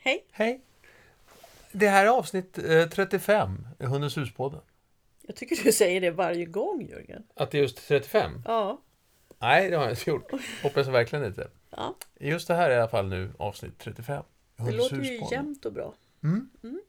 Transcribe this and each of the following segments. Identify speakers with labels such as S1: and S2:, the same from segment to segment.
S1: Hej.
S2: Hej. Det här är avsnitt 35 i Hundens huspodden.
S1: Jag tycker du säger det varje gång, Jörgen.
S2: Att det är just 35?
S1: Ja.
S2: Nej, det har jag inte gjort. Hoppas jag verkligen inte.
S1: Ja.
S2: Just det här är i alla fall nu avsnitt 35.
S1: Det låter ju jämnt och bra.
S2: Mm.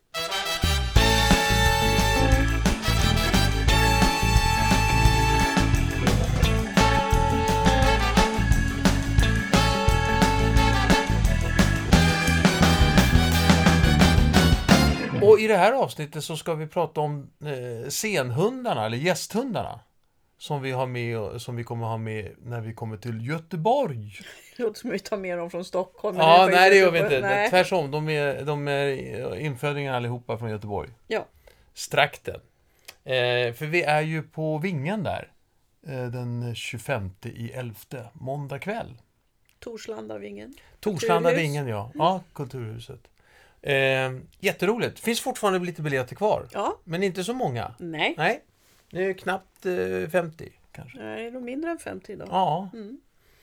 S2: Och i det här avsnittet så ska vi prata om scenhundarna eller gästhundarna som vi har med och som vi kommer ha med när vi kommer till Göteborg.
S1: Det låter som att vi tar med dem från Stockholm.
S2: Ja, nej det gör vi inte.
S1: Nej.
S2: Tvärtom, de är infödingar allihopa från Göteborg.
S1: Ja.
S2: Strakten. För vi är ju på Vingen där den 25/11, måndag kväll.
S1: Torslandavingen.
S2: Torslanda
S1: Kulturhus.
S2: Vingen, ja. Ja, Kulturhuset. Jätteroligt. Finns fortfarande lite biljetter kvar.
S1: Ja.
S2: Men inte så många.
S1: Nej.
S2: Nej, det är knappt 50 kanske.
S1: Nej, det är nog mindre än 50 idag.
S2: Ja.
S1: Mm.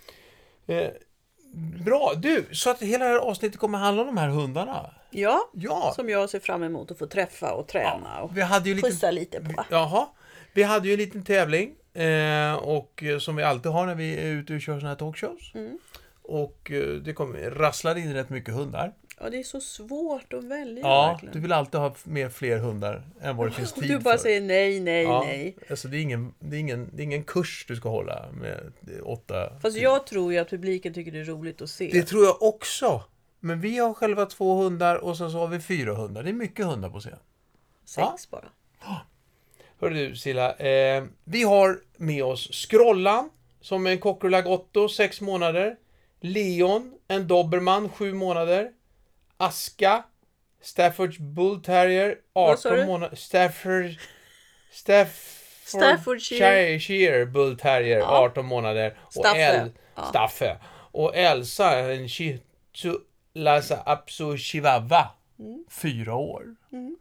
S2: Bra, du, så att hela det här avsnittet kommer handla om de här hundarna.
S1: Ja,
S2: Ja,
S1: som jag ser fram emot att få träffa och träna och
S2: vi hade ju
S1: skjutsa lite på.
S2: Jaha, vi hade ju en liten tävling och som vi alltid har när vi är ute och kör såna här talkshows.
S1: Mm.
S2: Och det rasslade in rätt mycket hundar.
S1: Ja, det är så svårt att välja
S2: Ja,
S1: verkligen.
S2: du vill alltid ha fler hundar än vad det finns
S1: Och
S2: tid
S1: du bara
S2: för.
S1: säger nej, nej,
S2: Ja,
S1: nej.
S2: alltså det är ingen kurs du ska hålla med 8.
S1: Fast jag tror ju att publiken tycker det är roligt att se.
S2: Det tror jag också. Men vi har själva 2 hundar och sen så har vi 4 hundar. Det är mycket hundar på scen.
S1: 6 bara.
S2: Hörru du Silla, vi har med oss Skrollan som är en Cocker Lagotto, 6 månader. Leon, en Dobermann, 7 månader. Aska, Stafford's Bull Terrier,
S1: Vad sa
S2: 18
S1: du?
S2: månader.
S1: Staffordshire.
S2: Bull Terrier,
S1: Ja.
S2: 18 månader.
S1: Staffe. Ja.
S2: Staffe. Och Elsa, en Shih Tzu Lhasa Apso Chihuahua, 4 år.
S1: Mm.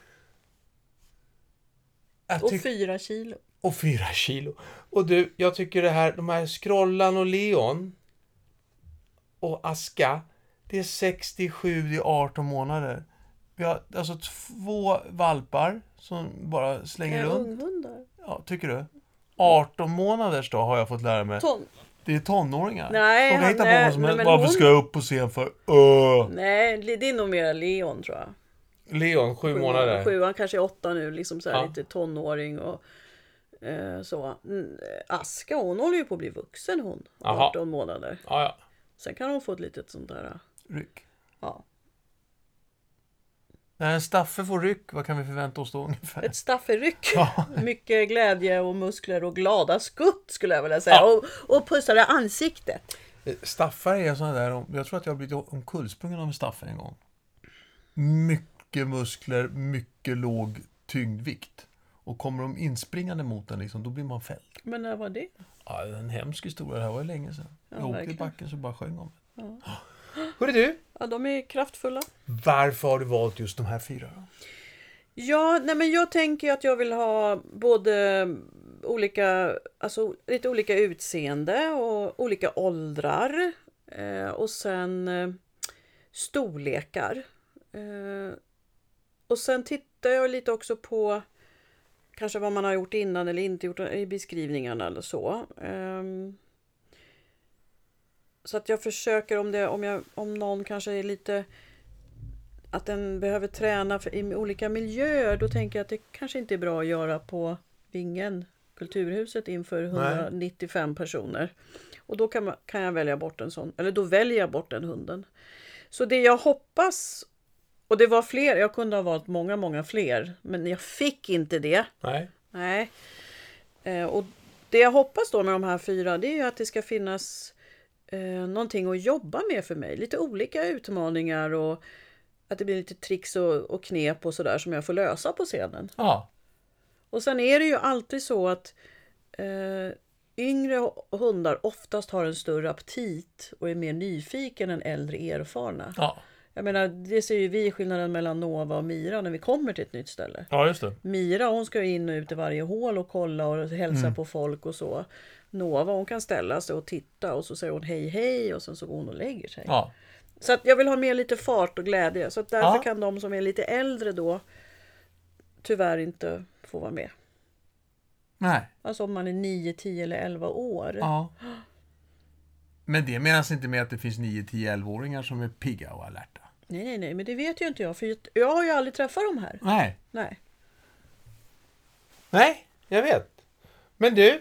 S2: Jag
S1: Och
S2: tyck-
S1: 4 kilo.
S2: och 4 kilo. Och du, jag tycker de här Skrollan och Leon och Aska, det är 67, det är 18 månader. Vi har alltså 2 valpar som bara slänger runt.
S1: Unghundar.
S2: Ja, tycker du? 18 månaders då har jag fått lära mig. Det är tonåringar.
S1: Nej,
S2: De kan hitta på
S1: nej,
S2: vad som helst.
S1: men
S2: Varför
S1: hon-
S2: ska jag upp på scen för?
S1: Nej, det är nog mera Leon tror jag.
S2: Leon, 7 månader.
S1: 7, han kanske är 8 nu, liksom så här
S2: Ja.
S1: lite tonåring och så. Aska, hon håller ju på att bli vuxen hon.
S2: Jaha.
S1: 18 månader.
S2: Ja.
S1: Sen kan hon få ett litet sånt där.
S2: Ryck.
S1: Ja.
S2: När en Staffe får ryck, vad kan vi förvänta oss då ungefär?
S1: Ett stafferyck.
S2: Ja.
S1: Mycket glädje och muskler och glada skutt skulle jag vilja säga.
S2: Ja.
S1: Och pussade ansiktet.
S2: Staffar är sådana där, jag tror att jag har blivit omkullsprungen av en Staffe en gång. Mycket muskler, mycket låg tyngdvikt. Och kommer de inspringande mot den liksom, då blir man fälld.
S1: Men när var det?
S2: Ja, en hemsk historia, det här var ju länge sedan.
S1: Ja,
S2: Jag åkte i
S1: verkligen.
S2: backen så bara sjöng om det.
S1: Ja.
S2: Hörru du,
S1: Ja, de är kraftfulla.
S2: varför har du valt just de här 4 då?
S1: Ja, nej men jag tänker att jag vill ha både olika, alltså lite olika utseende och olika åldrar och sen storlekar. Och sen tittar jag lite också på kanske vad man har gjort innan eller inte gjort i beskrivningarna eller så. Så att jag försöker om någon kanske är lite att den behöver träna i olika miljöer, då tänker jag att det kanske inte är bra att göra på Vingen, Kulturhuset inför 195 personer. Och då kan jag välja bort en sån, eller då väljer jag bort den hunden. Så det jag hoppas, och det var fler, jag kunde ha valt många fler, men jag fick inte det. Nej. Och det jag hoppas då med de här 4, det är ju att det ska finnas någonting att jobba med för mig. Lite olika utmaningar och att det blir lite tricks och knep och sådär som jag får lösa på scenen.
S2: Ja.
S1: Och sen är det ju alltid så att yngre hundar oftast har en större aptit och är mer nyfiken än äldre erfarna.
S2: Ja.
S1: Jag menar, det ser ju vi skillnaden mellan Nova och Mira när vi kommer till ett nytt ställe.
S2: Ja, just det.
S1: Mira, hon ska in och ut i varje hål och kolla och hälsa på folk och så. Nova, hon kan ställa sig och titta och så säger hon hej och sen så går hon och lägger sig.
S2: Ja.
S1: Så att jag vill ha med lite fart och glädje. Så att därför
S2: Ja.
S1: kan de som är lite äldre då tyvärr inte få vara med.
S2: Nej.
S1: Alltså om man är 9, 10 eller 11 år.
S2: Ja. Men det menas inte med att det finns 9, 10, 11-åringar som är pigga och alerta.
S1: Nej, men det vet ju inte jag. För jag har ju aldrig träffat dem här.
S2: Nej.
S1: Nej.
S2: Jag vet. Men du.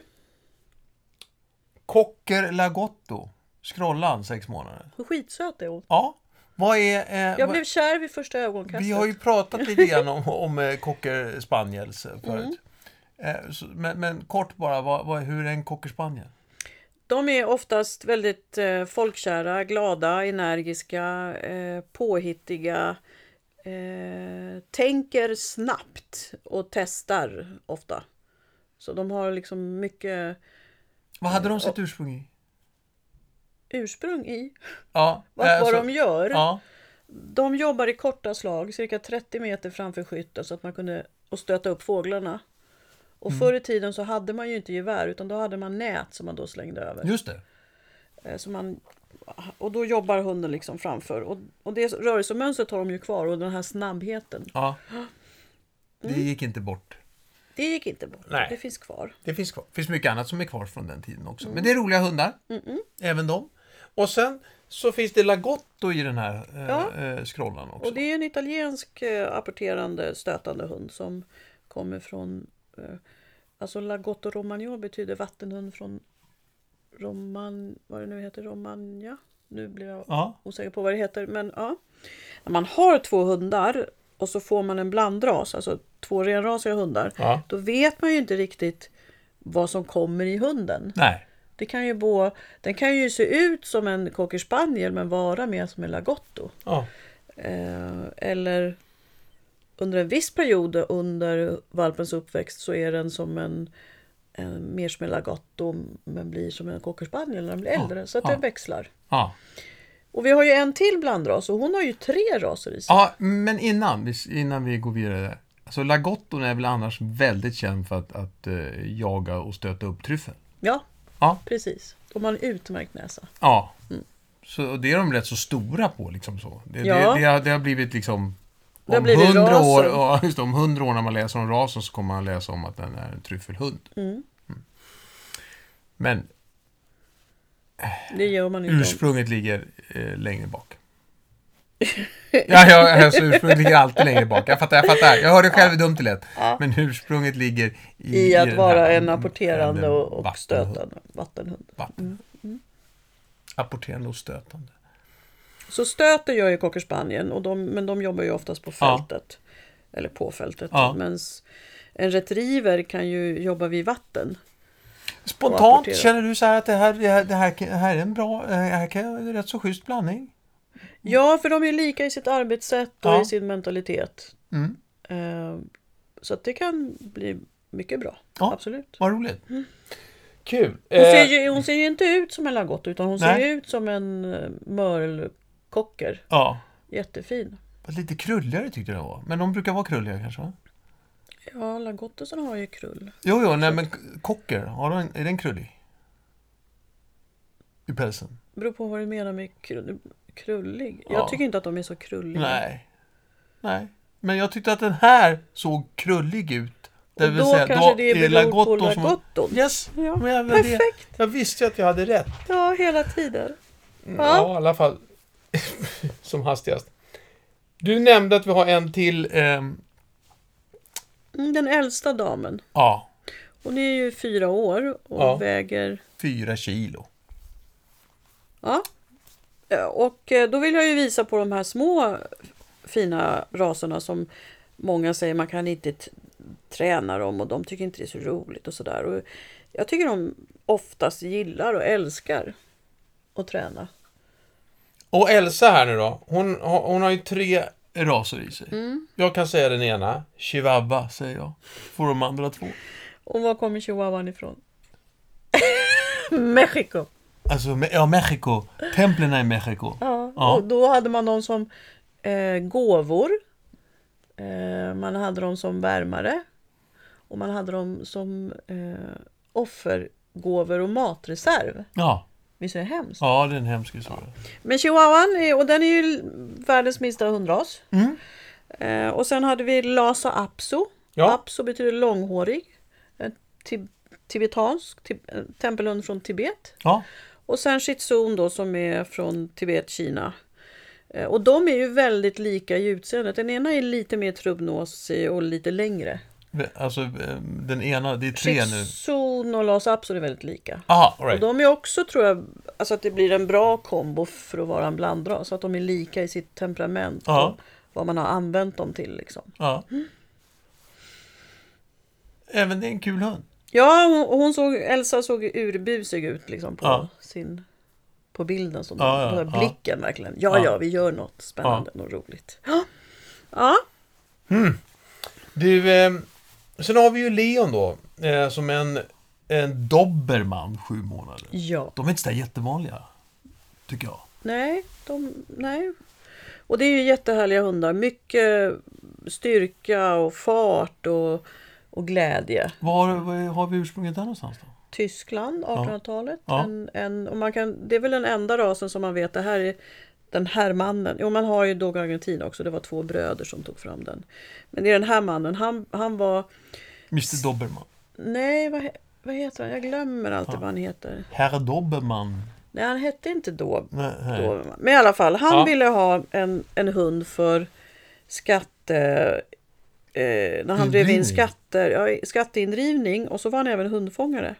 S2: Cocker Lagotto. Scrollan 6 månader.
S1: Hur skitsöt är hon.
S2: Ja. Vad är...
S1: Jag blev kär vid första ögonkastet.
S2: Vi har ju pratat lite grann om Cocker Spaniels förut. Men kort bara, hur är en Cocker Spaniel?
S1: De är oftast väldigt folkkära, glada, energiska, påhittiga, tänker snabbt och testar ofta. Så de har liksom mycket
S2: Vad hade de sitt ursprung i?
S1: ursprung i
S2: Ja,
S1: vad de gör.
S2: Ja.
S1: De jobbar i korta slag, cirka 30 meter framför skytten så att man kunde stöta upp fåglarna. Och förr i tiden så hade man ju inte gevär utan då hade man nät som man då slängde över.
S2: Just det.
S1: Och då jobbar hunden liksom framför. Och det rörelsemönstret har de ju kvar och den här snabbheten.
S2: Ja. Det gick inte bort.
S1: Det gick inte bort.
S2: Nej.
S1: Det finns kvar.
S2: Det finns kvar. Det finns mycket annat som är kvar från den tiden också. Men det är roliga hundar. Även de. Och sen så finns det Lagotto i den här scrollan också.
S1: Och det är en italiensk apporterande stötande hund som kommer från... alltså Lagotto Romagno betyder vattenhund från vad det nu heter, Romagna. Nu blir jag osäker på vad det heter. Men ja, när man har 2 hundar och så får man en blandras, alltså 2 renrasiga hundar, då vet man ju inte riktigt vad som kommer i hunden.
S2: Nej.
S1: Det kan ju den kan ju se ut som en Cocker Spaniel men vara mer som en Lagotto.
S2: Ja.
S1: Eller under en viss period under valpens uppväxt så är den som en mer som en Lagotto men blir som en Cocker Spaniel när den blir äldre. Så att det växlar.
S2: Ja.
S1: Och vi har ju en till blandras och hon har ju 3 raser i sig.
S2: Ja, men innan vi går vidare där. Alltså Lagotton är väl annars väldigt känd för att jaga och stöta upp tryffel.
S1: Ja,
S2: Ja.
S1: Precis. De har en utmärkt näsa.
S2: Ja. Så det är de rätt så stora på liksom så. Det har blivit liksom
S1: det har blivit
S2: 100 år,
S1: rasen.
S2: ja, just det, om 100 år när man läser om rasen så kommer man läsa om att den är en tryffelhund. Men
S1: det gör man inte.
S2: ursprunget ligger längre bak. Alltså ursprunget ligger alltid längre bak. Jag fattar. Jag hörde själv hur dumt det lät. Ja. Men ursprunget ligger
S1: i att vara en apporterande och stötande vattenhund.
S2: Apporterande och stötande.
S1: Så stöter gör ju Cocker Spaniel men de jobbar ju oftast på fältet. Eller på fältet. Men en retriever kan ju jobba vid vatten.
S2: Spontant känner du så här att det här är en bra, här kan en rätt så schysst blandning?
S1: Ja, för de är lika i sitt arbetssätt och i sin mentalitet. Så att det kan bli mycket bra.
S2: Ja,
S1: absolut.
S2: Vad roligt. Kul.
S1: Hon ser ju inte ut som en Lagotto utan hon ser ut som en mörlkocker.
S2: Ja.
S1: Jättefin.
S2: Lite krulligare tyckte jag det var. Men de brukar vara krulliga kanske, va?
S1: Ja, Lagottosen har ju krull.
S2: Jo, nej men kocker, är den krullig? I pälsen?
S1: Beror på vad du menar med krullig. Jag tycker inte att de är så krulliga.
S2: Nej. Men jag tyckte att den här såg krullig ut.
S1: Det vill säga, kanske det beror på Lagotton.
S2: Yes,
S1: ja, perfekt.
S2: Jag visste att jag hade rätt.
S1: Ja, hela tiden.
S2: Ja, i alla fall som hastigast. Du nämnde att vi har en till...
S1: Den äldsta damen.
S2: Ja.
S1: Hon är ju 4 år och väger...
S2: 4 kilo.
S1: Ja. Och då vill jag ju visa på de här små fina raserna som många säger man kan inte träna dem och de tycker inte det är så roligt och sådär. Och jag tycker de oftast gillar och älskar att träna. Och
S2: Elsa här nu då, hon har ju 3 raser i sig. Jag kan säga den ena, Chihuahua säger jag. Får de andra 2.
S1: Och var kommer Chihuahuan ifrån? Mexiko.
S2: Alltså, Mexiko. Templen i Mexiko.
S1: Ja, och då hade man dem som gåvor. Man hade dem som värmare. Och man hade dem som offergåvor och matreserv.
S2: Ja.
S1: Visst är det hemskt?
S2: Ja, det är en hemsk historia.
S1: Men chihuahuan, och den är ju världens minsta hundras. Och sen hade vi Lhasa Apso.
S2: Ja.
S1: Apso betyder långhårig. En tibetansk tempelhund från Tibet.
S2: Ja.
S1: Och sen Shih Tzu då, som är från Tibet, Kina. Och de är ju väldigt lika i utseendet. Den ena är lite mer trubbnåsig och lite längre.
S2: Alltså den ena, det är 3 nu.
S1: Shih Tzu och Lhasa Apso är väldigt lika.
S2: Aha,
S1: Och
S2: right.
S1: de är också, tror jag, alltså att det blir en bra kombo för att vara en blandras. Så att de är lika i sitt temperament och vad man har använt dem till liksom.
S2: Ja. Även det är en kul hund.
S1: Ja, Elsa såg urbusig ut liksom på bilden. Som den där blicken verkligen. Ja, vi gör något spännande och roligt. Ja.
S2: Du, sen har vi ju Leon då, som en dobermann 7 månader.
S1: Ja.
S2: De är inte så där jättevanliga, tycker jag.
S1: Nej. Och det är ju jättehärliga hundar. Mycket styrka och fart och glädje.
S2: Var har vi ursprunget där någonstans då?
S1: Tyskland, 1800-talet.
S2: Ja.
S1: Det är väl den enda rasen som man vet, det här är den här mannen. Jo, man har ju Dogo Argentin också. Det var 2 bröder som tog fram den. Men det är den här mannen. Han var...
S2: Mr. Dobermann.
S1: Nej, vad heter han? Jag glömmer alltid vad han heter.
S2: Herr Dobermann.
S1: Nej, han hette inte
S2: Nej.
S1: Dobermann. Men i alla fall, han ville ha en hund för när han drev in skatteindrivning. Och så var han även hundfångare.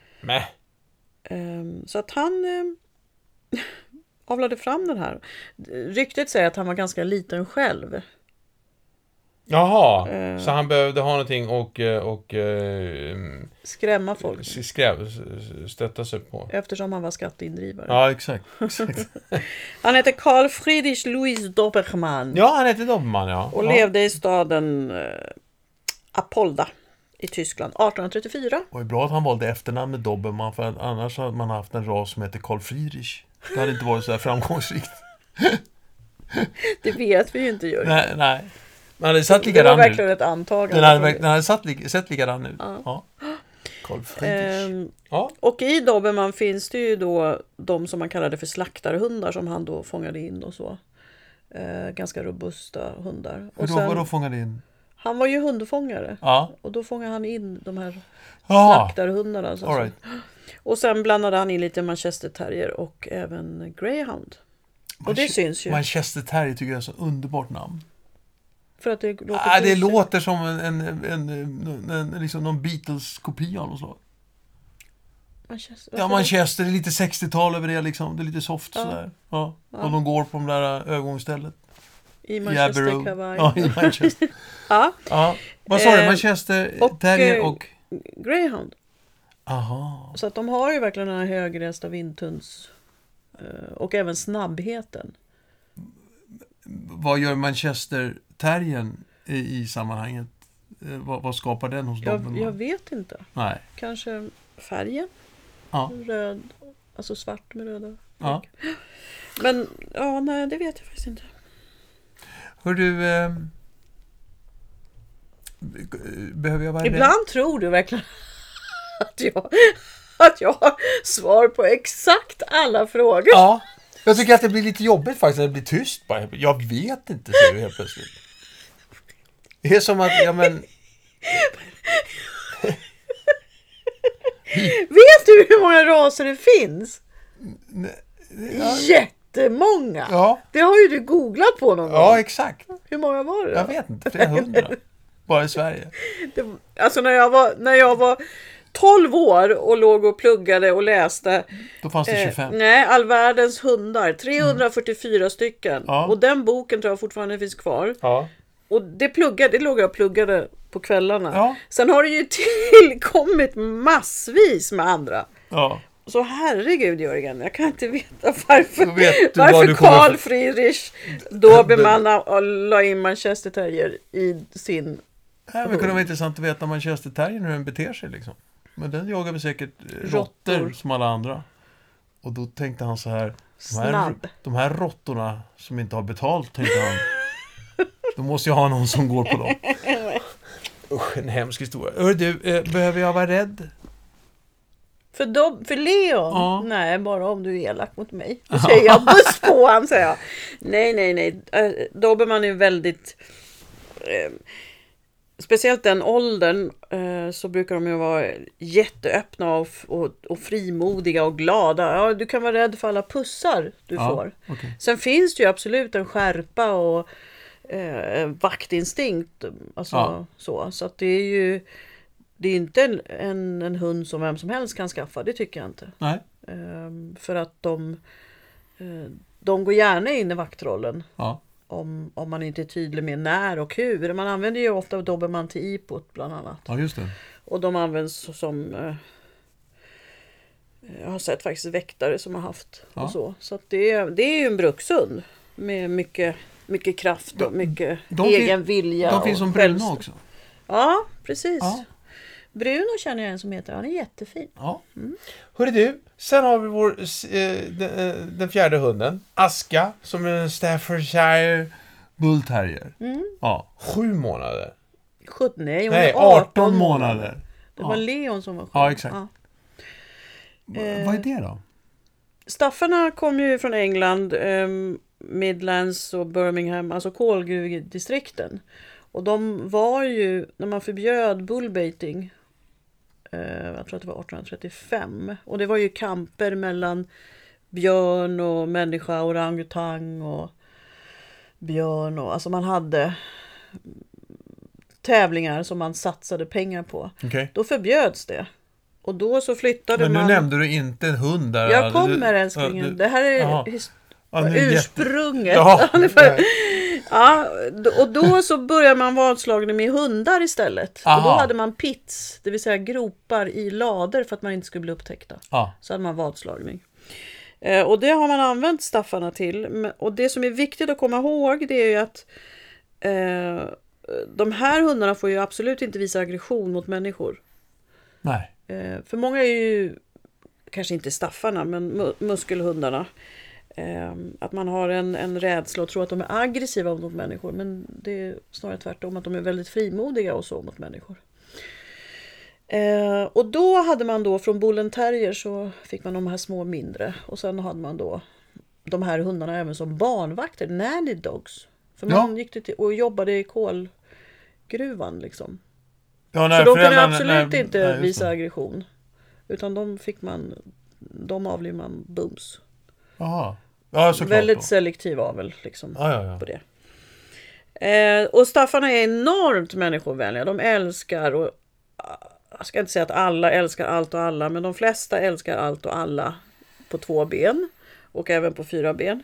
S1: Så att han avlade fram den här. Ryktet säger att han var ganska liten själv.
S2: Jaha, så han behövde ha någonting och
S1: skrämma folk.
S2: Stötta sig på.
S1: Eftersom han var skatteindrivare.
S2: Ja, exakt.
S1: Han heter Carl Friedrich Louis Dobermann.
S2: Ja, han heter Dobermann, ja.
S1: Och levde i staden Apolda i Tyskland 1834.
S2: Och det är bra att han valde efternamnet Dobermann, för att annars hade man haft en ras som heter Carl Friedrich. Det hade inte varit så här framgångsrikt.
S1: Det vet vi ju inte, Jörgen.
S2: Nej. Men hade satt
S1: det var verkligen
S2: ut.
S1: Ett antagande.
S2: Den hade sett likadan ut. Ja. Carl Friedrich.
S1: Och i Dobermann finns det ju då de som man kallade för slaktarhundar som han då fångade in och så. Ganska robusta hundar. Och
S2: Vadå fångade in?
S1: Han var ju hundfångare.
S2: Ja.
S1: Och då fångade han in de här slaktarhundarna.
S2: All right.
S1: Och sen blandade han in lite Manchester Terrier och även Greyhound. Och det syns ju.
S2: Manchester Terrier tycker jag är så underbart namn.
S1: För att det låter
S2: det låter som en liksom någon Beatles-kopia av något slag. Manchester, det är lite 60-tal över det liksom. Det är lite soft sådär. Ja. Och de går på de där övergångsstället.
S1: I Manchester Kavaj.
S2: Ja, i Manchester. Ja. Vad sa du? Manchester Terrier och
S1: Greyhound.
S2: Aha.
S1: Så att de har ju verkligen den här högresta vindtunds och även snabbheten.
S2: Vad gör Manchester Terriern i sammanhanget? Vad skapar den hos dem?
S1: Jag vet inte.
S2: Nej.
S1: Kanske färgen.
S2: Ja.
S1: Röd, alltså svart med röda.
S2: Ja.
S1: Men nej, det vet jag faktiskt inte.
S2: Hör du, behöver jag vara
S1: Ibland tror du verkligen att jag har svar på exakt alla frågor.
S2: Ja, jag tycker att det blir lite jobbigt faktiskt när det blir tyst. Jag vet inte, säger du helt plötsligt. Det är som att,
S1: Vet du hur många raser det finns? Jättemånga.
S2: Ja.
S1: Det har ju du googlat på någon gång.
S2: Ja, exakt.
S1: Hur många var det då?
S2: Jag vet inte, flera hundra. Bara i Sverige.
S1: Alltså när jag var 12 år och låg och pluggade och läste.
S2: Då fanns det 25.
S1: Nej, all världens hundar. 344 stycken.
S2: Ja.
S1: Och den boken tror jag fortfarande finns kvar.
S2: Ja.
S1: Och det låg jag och pluggade på kvällarna.
S2: Ja.
S1: Sen har det ju tillkommit massvis med andra.
S2: Ja.
S1: Så herregud, Jörgen, jag kan inte veta varför
S2: vad
S1: Carl Friedrich Dobermann la in Manchester Terrier i sin...
S2: Det kunde vara intressant att veta Manchester Terrier hur den beter sig liksom. Men den jagar väl säkert råttor som alla andra. Och då tänkte han så här, de här råttorna som inte har betalt, tänkte han. Då måste jag ha någon som går på dem. Usch, en hemsk historia. Hör du, behöver jag vara rädd?
S1: För Leon?
S2: Ja.
S1: Nej, bara om du är elak mot mig. Då säger jag buss på han, säger jag. Nej. Dobermann är väldigt... speciellt den åldern så brukar de ju vara jätteöppna och frimodiga och glada. Ja, du kan vara rädd för alla pussar du får.
S2: Okay.
S1: Sen finns det ju absolut en skärpa och vaktinstinkt. Alltså, så att det är ju... Det är inte en hund som vem som helst kan skaffa, det tycker jag inte.
S2: Nej.
S1: För att de går gärna in i vaktrollen.
S2: Ja.
S1: Om man inte är tydlig med när och hur. Man använder ju ofta dobermann till IPOT bland annat.
S2: Ja, just det.
S1: Och de används som... jag har sett faktiskt väktare som har haft och så. Så att det är ju en brukshund med mycket kraft och mycket egen vilja.
S2: De finns som bruna också.
S1: Ja, precis.
S2: Ja.
S1: Bruno känner jag en som heter. Han är jättefin.
S2: Ja. Hörru du, sen har vi den fjärde hunden. Aska, som är en Staffordshire Bull Terrier. Ja, 7 månader.
S1: Nej, hon
S2: Nej,
S1: är
S2: 18 månader.
S1: Det var Leon som var 7.
S2: Ja, exakt. Vad är det då?
S1: Staffarna kom ju från England, Midlands och Birmingham, alltså kolgruvdistrikten. Och de var ju, när man förbjöd bullbaiting, jag tror att det var 1835. Och det var ju kamper mellan björn och människa, orangutang och björn. Alltså man hade tävlingar som man satsade pengar på.
S2: Okay.
S1: Då förbjöds det. Och då så flyttade man...
S2: Men nu nämnde du inte en hund där.
S1: Jag kommer älsklingen. Det här är ursprunget. Ja, och då så börjar man vadslagning med hundar istället. Och då hade man pits, det vill säga gropar i lader för att man inte skulle bli upptäckta. Så hade man vadslagning. Och det har man använt staffarna till. Och det som är viktigt att komma ihåg, det är ju att de här hundarna får ju absolut inte visa aggression mot människor.
S2: Nej.
S1: För många är ju, kanske inte staffarna, men muskelhundarna. Att man har en rädsla och tror att de är aggressiva mot människor. Men det är snarare tvärtom, att de är väldigt frimodiga och så mot människor. Och då hade man då från Bull Terrier så fick man de här små mindre. Och sen hade man då de här hundarna även som barnvakter, nanny dogs. För man gick till och jobbade i kolgruvan liksom.
S2: Ja,
S1: så de kunde absolut inte visa aggression. Utan de avlivar man bums.
S2: Jaha. Ja, såklart.
S1: Väldigt selektiv avel liksom på det. Och staffarna är enormt människovänliga. De älskar, och jag ska inte säga att alla älskar allt och alla, men de flesta älskar allt och alla på 2 ben och även på 4 ben.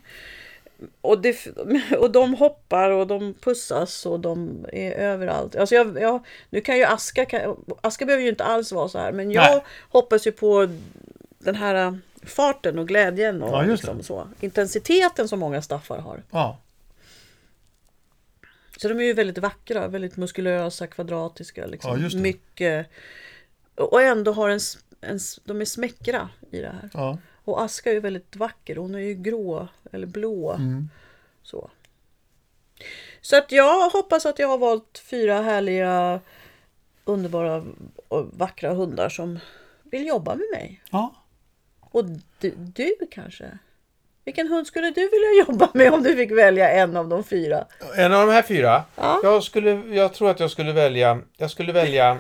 S1: Och de hoppar och de pussas och de är överallt. Alltså nu kan ju Aska behöver ju inte alls vara så här, men jag hoppas ju på den här farten och glädjen och liksom så. Intensiteten som många staffar har. Ja. Så de är ju väldigt vackra, väldigt muskulösa, kvadratiska liksom. Mycket. Och ändå har de är smäckra i det här. Ja. Och Aska är ju väldigt vacker. Hon är ju grå eller blå. Så att jag hoppas att jag har valt 4 härliga, underbara och vackra hundar som vill jobba med mig. Ja. Och du kanske? Vilken hund skulle du vilja jobba med om du fick välja en av de 4?
S2: En av de här 4? Ja. Jag tror att jag skulle välja... Jag skulle välja...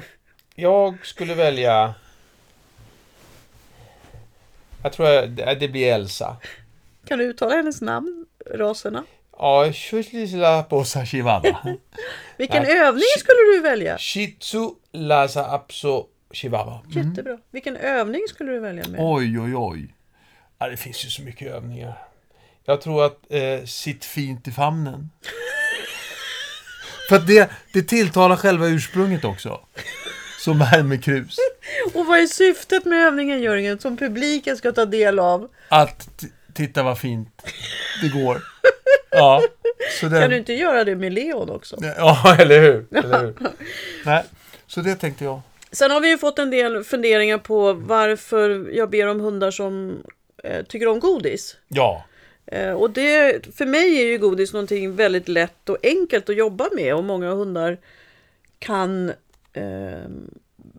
S2: Jag tror att det blir Elsa.
S1: Kan du uttala hennes namn, raserna?
S2: Ja, Shih Bossa Chihuahua.
S1: Vilken övning skulle du välja?
S2: Shih Tzu Lhasa Apso Chihuahua.
S1: Jättebra. Vilken övning skulle du välja med?
S2: Oj. Ja, det finns ju så mycket övningar. Jag tror att sitt fint i famnen. För att det tilltalar själva ursprunget också. Som är med krus.
S1: Och vad är syftet med övningen, Jörgen, som publiken ska ta del av?
S2: Att titta vad fint det går. Ja. Så
S1: Kan du inte göra det med Leon också?
S2: Ja, eller hur? Nej, så det tänkte jag.
S1: Sen har vi ju fått en del funderingar på varför jag ber om hundar som tycker om godis. Ja. Och för mig är ju godis någonting väldigt lätt och enkelt att jobba med. Och många hundar kan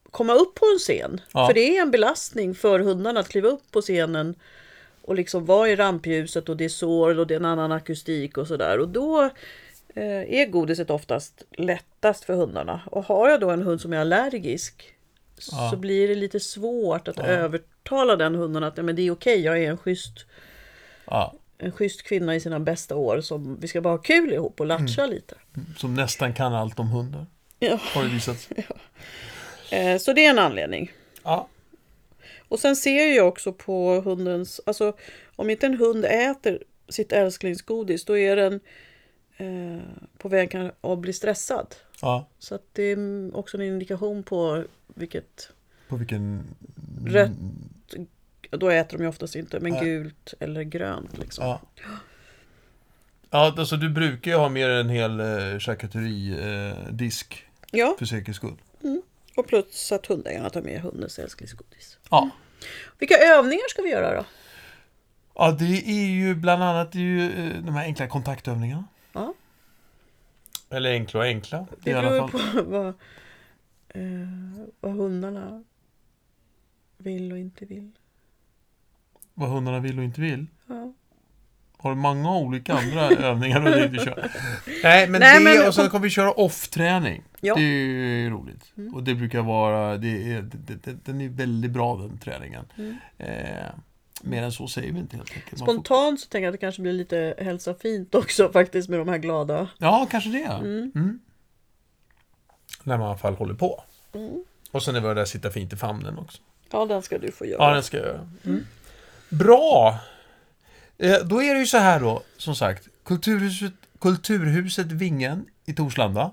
S1: komma upp på en scen.
S2: Ja.
S1: För det är en belastning för hundarna att kliva upp på scenen och liksom vara i rampljuset och det är sår och det är en annan akustik och sådär. Och då är godiset oftast lättast för hundarna. Och har jag då en hund som är allergisk så blir det lite svårt att övertala den hunden att men det är okej, jag är en schysst kvinna i sina bästa år som vi ska bara ha kul ihop och latcha lite.
S2: Som nästan kan allt om hundar.
S1: Ja.
S2: Har det visat sig.
S1: Så det är en anledning.
S2: Ja.
S1: Och sen ser jag också på hundens, alltså om inte en hund äter sitt älsklingsgodis då är den på väg att bli stressad.
S2: Ja.
S1: Så att det är också en indikation på
S2: vilken
S1: rött, då äter de ju oftast inte, men gult eller grönt liksom.
S2: Ja. Ja, alltså du brukar ju ha med en hel charkuteridisk för säkerhets skull.
S1: Och plus att hundägarna tar med hundens älsklingsgodis.
S2: Ja.
S1: Vilka övningar ska vi göra då?
S2: Ja, det är ju bland annat de här enkla kontaktövningarna.
S1: Ja.
S2: Eller enkla.
S1: Det beror på vad hundarna vill och inte vill.
S2: Vad hundarna vill och inte vill?
S1: Ja.
S2: Har du många olika andra övningar du inte kör? Nej, och så kommer vi köra off-träning.
S1: Ja.
S2: Det är ju roligt. Och det brukar vara, den är väldigt bra den träningen. Mer än så säger vi inte helt enkelt.
S1: Spontant så tänker jag att det kanske blir lite hälsa fint också faktiskt med de här glada.
S2: Ja, kanske det. När man i alla fall håller på. Och sen är det där sitta fint i famnen också.
S1: Ja, den ska du få göra.
S2: Ja, den ska jag göra. Bra! Då är det ju så här då, som sagt. Kulturhuset Vingen i Torslanda.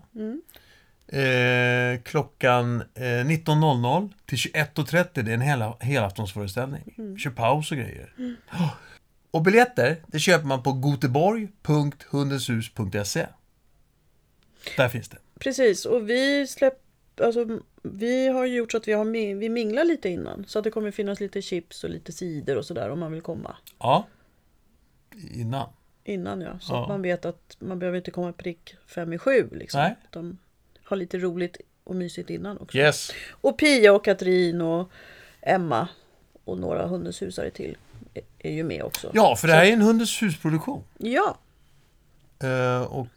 S2: Klockan 19.00 till 21.30. Det är en helaftonsföreställning. Kör paus och grejer. Och biljetter, det köper man på goteborg.hundenshus.se. Där finns det.
S1: Precis, och vi har gjort så att vi minglar lite innan. Så att det kommer finnas lite chips och lite cider och sådär om man vill komma.
S2: Ja. Innan,
S1: ja. Så att man vet att man behöver inte komma prick 5:07 liksom.
S2: Nej.
S1: Utan ha lite roligt och mysigt innan också.
S2: Yes.
S1: Och Pia och Katrin och Emma och några hundeshusare till är ju med också.
S2: Ja, för det här är en Hundens husproduktion.
S1: Ja.
S2: Och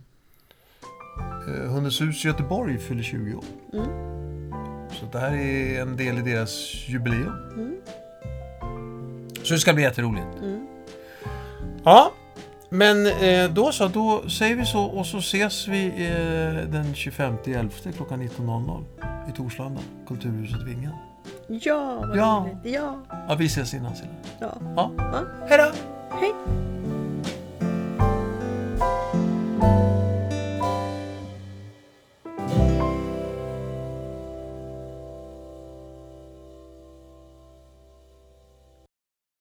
S2: Hundens hus i Göteborg fyller 20 år. Så det här är en del i deras jubileum. Så det ska bli jätteroligt. Ja, men då säger vi så och så ses vi den 25/11 klockan 19.00 i Torslanda, Kulturhuset Vingen.
S1: Ja, vad roligt. Ja.
S2: Ja, vi ses innan.
S1: Ja.
S2: Hej då!
S1: Hej!